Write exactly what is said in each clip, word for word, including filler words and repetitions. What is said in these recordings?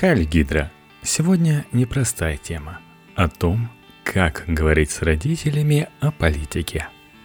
Хайль Гидра. Сегодня непростая тема. О том, как говорить с родителями о политике.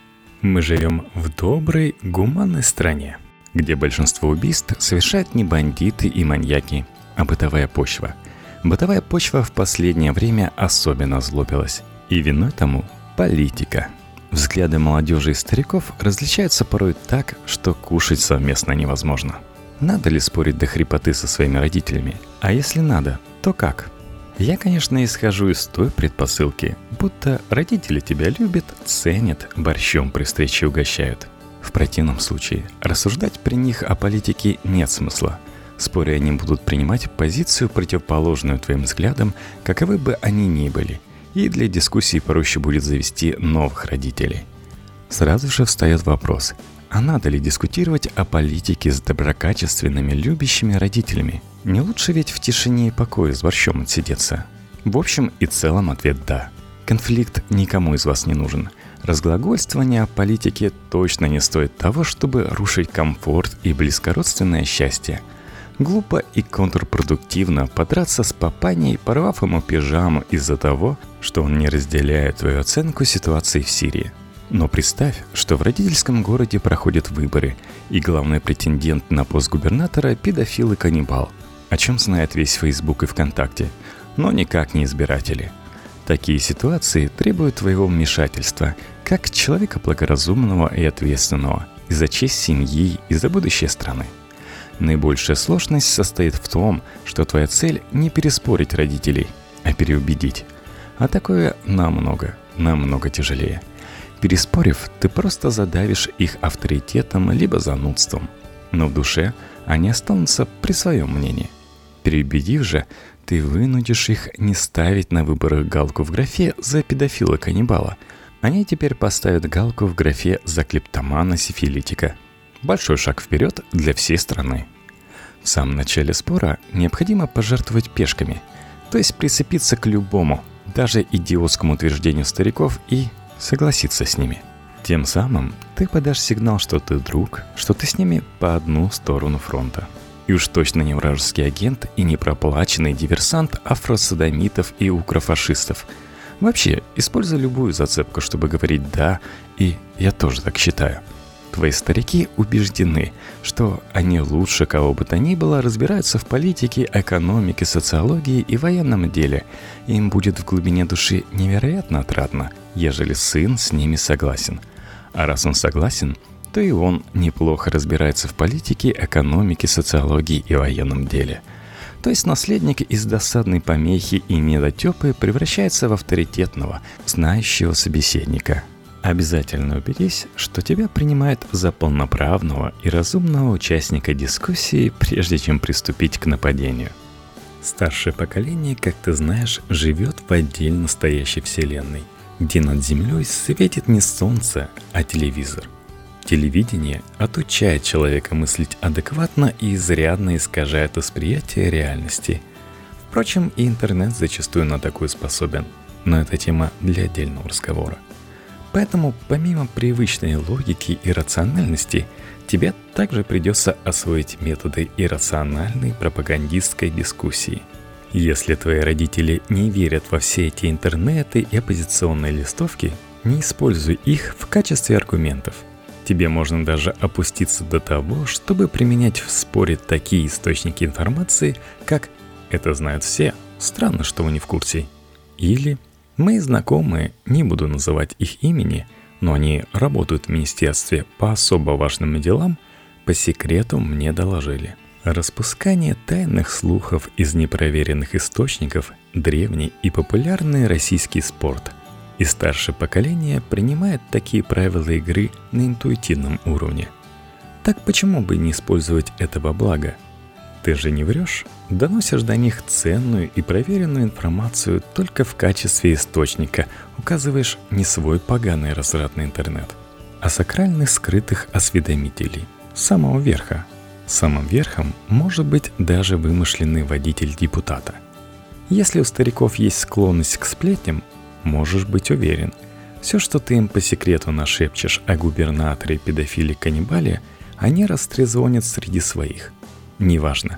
Мы живем в доброй, гуманной стране, где большинство убийств совершают не бандиты и маньяки, а бытовая почва. Бытовая почва в последнее время особенно озлобилась. И виной тому политика. Взгляды молодежи и стариков различаются порой так, что кушать совместно невозможно. Надо ли спорить до хрипоты со своими родителями? А если надо, то как? Я, конечно, исхожу из той предпосылки, будто родители тебя любят, ценят, борщом при встрече угощают. В противном случае рассуждать при них о политике нет смысла. Споря они будут принимать позицию, противоположную твоим взглядам, каковы бы они ни были, и для дискуссии проще будет завести новых родителей. Сразу же встает вопрос, а надо ли дискутировать о политике с доброкачественными, любящими родителями? Не лучше ведь в тишине и покое с борщом отсидеться? В общем и целом ответ «да». Конфликт никому из вас не нужен. Разглагольствование о политике точно не стоит того, чтобы рушить комфорт и близкородственное счастье. Глупо и контрпродуктивно подраться с папаней, порвав ему пижаму из-за того, что он не разделяет твою оценку ситуации в Сирии. Но представь, что в родительском городе проходят выборы, и главный претендент на пост губернатора – педофил и каннибал, о чем знает весь Facebook и ВКонтакте, но никак не избиратели. Такие ситуации требуют твоего вмешательства, как человека благоразумного и ответственного, и за честь семьи, и за будущее страны. Наибольшая сложность состоит в том, что твоя цель не переспорить родителей, а переубедить. А такое намного, намного тяжелее. Переспорив, ты просто задавишь их авторитетом либо занудством. Но в душе они останутся при своем мнении. Переубедив же, ты вынудишь их не ставить на выборах галку в графе за педофила-каннибала. Они теперь поставят галку в графе за клептомана-сифилитика. Большой шаг вперед для всей страны. В самом начале спора необходимо пожертвовать пешками, то есть прицепиться к любому, даже идиотскому утверждению стариков и согласиться с ними. Тем самым ты подашь сигнал, что ты друг, что ты с ними по одну сторону фронта. И уж точно не вражеский агент и не проплаченный диверсант афросодомитов и укрофашистов. Вообще, используй любую зацепку, чтобы говорить «да» и «я тоже так считаю». Твои старики убеждены, что они лучше кого бы то ни было разбираются в политике, экономике, социологии и военном деле. Им будет в глубине души невероятно отрадно, ежели сын с ними согласен. А раз он согласен, то и он неплохо разбирается в политике, экономике, социологии и военном деле. То есть наследник из досадной помехи и недотепы превращается в авторитетного, знающего собеседника. Обязательно убедись, что тебя принимают за полноправного и разумного участника дискуссии, прежде чем приступить к нападению. Старшее поколение, как ты знаешь, живет в отдельно стоящей вселенной, где над землей светит не солнце, а телевизор. Телевидение отучает человека мыслить адекватно и изрядно искажает восприятие реальности. Впрочем, и интернет зачастую на такое способен, но это тема для отдельного разговора. Поэтому, помимо привычной логики и рациональности, тебе также придется освоить методы иррациональной пропагандистской дискуссии. Если твои родители не верят во все эти интернеты и оппозиционные листовки, не используй их в качестве аргументов. Тебе можно даже опуститься до того, чтобы применять в споре такие источники информации, как «это знают все, странно, что вы не в курсе» или «мои знакомые, не буду называть их имени, но они работают в министерстве по особо важным делам, по секрету мне доложили». Распускание тайных слухов из непроверенных источников – древний и популярный российский спорт. И старшее поколение принимает такие правила игры на интуитивном уровне. Так почему бы не использовать это во благо? Ты же не врешь, доносишь до них ценную и проверенную информацию только в качестве источника, указываешь не свой поганый развратный интернет, а сакральных скрытых осведомителей, самого верха. Самым верхом может быть даже вымышленный водитель депутата. Если у стариков есть склонность к сплетням, можешь быть уверен, все, что ты им по секрету нашепчешь о губернаторе, педофиле, каннибале, они растрезвонят среди своих. Неважно,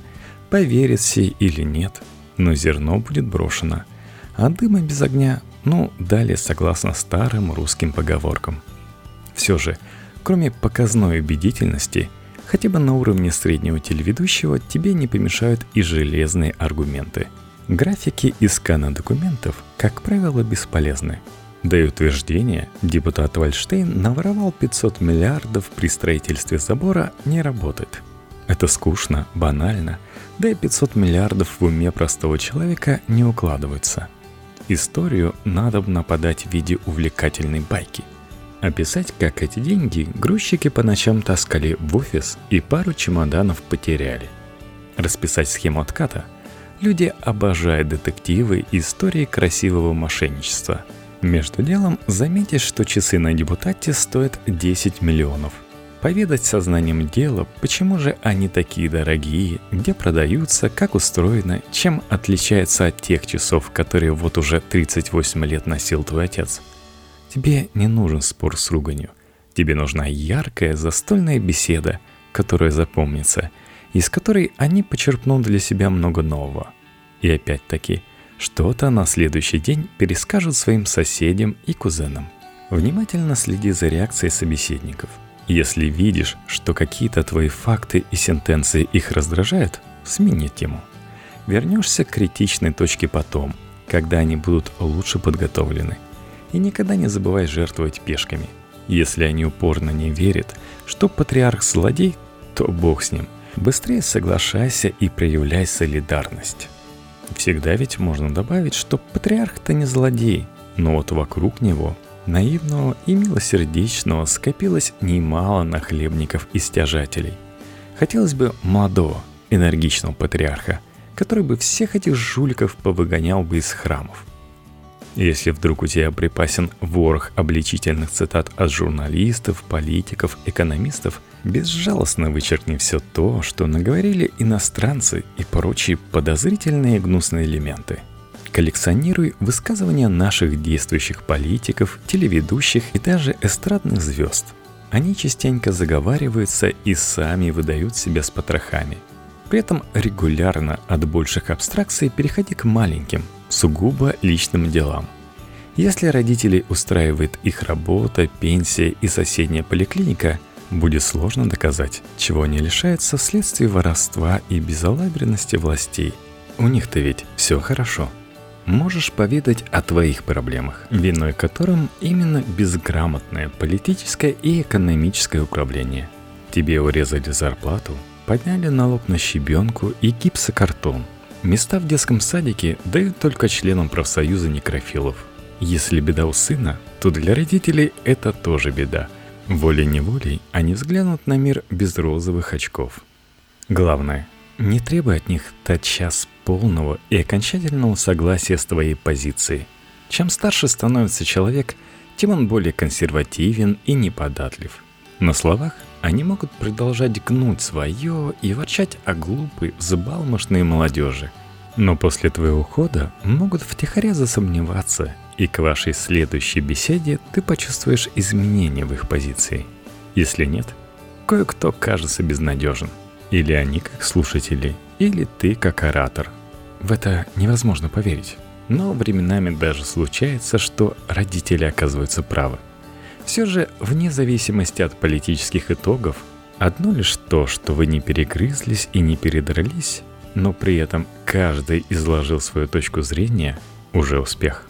поверит сей или нет, но зерно будет брошено, а дыма без огня, ну, далее согласно старым русским поговоркам. Все же, кроме показной убедительности, хотя бы на уровне среднего телеведущего тебе не помешают и железные аргументы. Графики и сканы документов, как правило, бесполезны. Да и утверждение депутат Вальштейн наворовал пятьсот миллиардов при строительстве забора не работает. Это скучно, банально, да и пятьсот миллиардов в уме простого человека не укладываются. Историю надо нападать в виде увлекательной байки. Описать, как эти деньги грузчики по ночам таскали в офис и пару чемоданов потеряли. Расписать схему отката. Люди обожают детективы и истории красивого мошенничества. Между делом заметишь, что часы на депутате стоят десять миллионов. Поведать сознанием дела, почему же они такие дорогие, где продаются, как устроено, чем отличаются от тех часов, которые вот уже тридцать восемь лет носил твой отец. Тебе не нужен спор с руганью. Тебе нужна яркая застольная беседа, которая запомнится, из которой они почерпнут для себя много нового. И опять-таки, что-то на следующий день перескажут своим соседям и кузенам. Внимательно следи за реакцией собеседников. Если видишь, что какие-то твои факты и сентенции их раздражают, смени тему. Вернешься к критичной точке потом, когда они будут лучше подготовлены. И никогда не забывай жертвовать пешками. Если они упорно не верят, что патриарх злодей, то бог с ним. Быстрее соглашайся и проявляй солидарность. Всегда ведь можно добавить, что патриарх-то не злодей, но вот вокруг него, наивного и милосердечного, скопилось немало нахлебников и стяжателей. Хотелось бы молодого, энергичного патриарха, который бы всех этих жуликов повыгонял бы из храмов. Если вдруг у тебя припасен ворох обличительных цитат от журналистов, политиков, экономистов, безжалостно вычеркни все то, что наговорили иностранцы и прочие подозрительные гнусные элементы. Коллекционируй высказывания наших действующих политиков, телеведущих и даже эстрадных звезд. Они частенько заговариваются и сами выдают себя с потрохами. При этом регулярно от больших абстракций переходи к маленьким, сугубо личным делам. Если родителей устраивает их работа, пенсия и соседняя поликлиника, будет сложно доказать, чего они лишаются вследствие воровства и безалаберности властей. У них-то ведь все хорошо. Можешь поведать о твоих проблемах, виной которым именно безграмотное политическое и экономическое управление. Тебе урезали зарплату, подняли налог на щебенку и гипсокартон. Места в детском садике дают только членам профсоюза некрофилов. Если беда у сына, то для родителей это тоже беда. Волей-неволей они взглянут на мир без розовых очков. Главное, не требуй от них тотчас полного и окончательного согласия с твоей позицией. Чем старше становится человек, тем он более консервативен и неподатлив. На словах они могут продолжать гнуть свое и ворчать о глупой, взбалмошной молодежи. Но после твоего ухода могут втихаря засомневаться, и к вашей следующей беседе ты почувствуешь изменения в их позиции. Если нет, кое-кто кажется безнадежен. Или они как слушатели, или ты как оратор. В это невозможно поверить. Но временами даже случается, что родители оказываются правы. Все же, вне зависимости от политических итогов, одно лишь то, что вы не перегрызлись и не передрались, но при этом каждый изложил свою точку зрения, уже успех.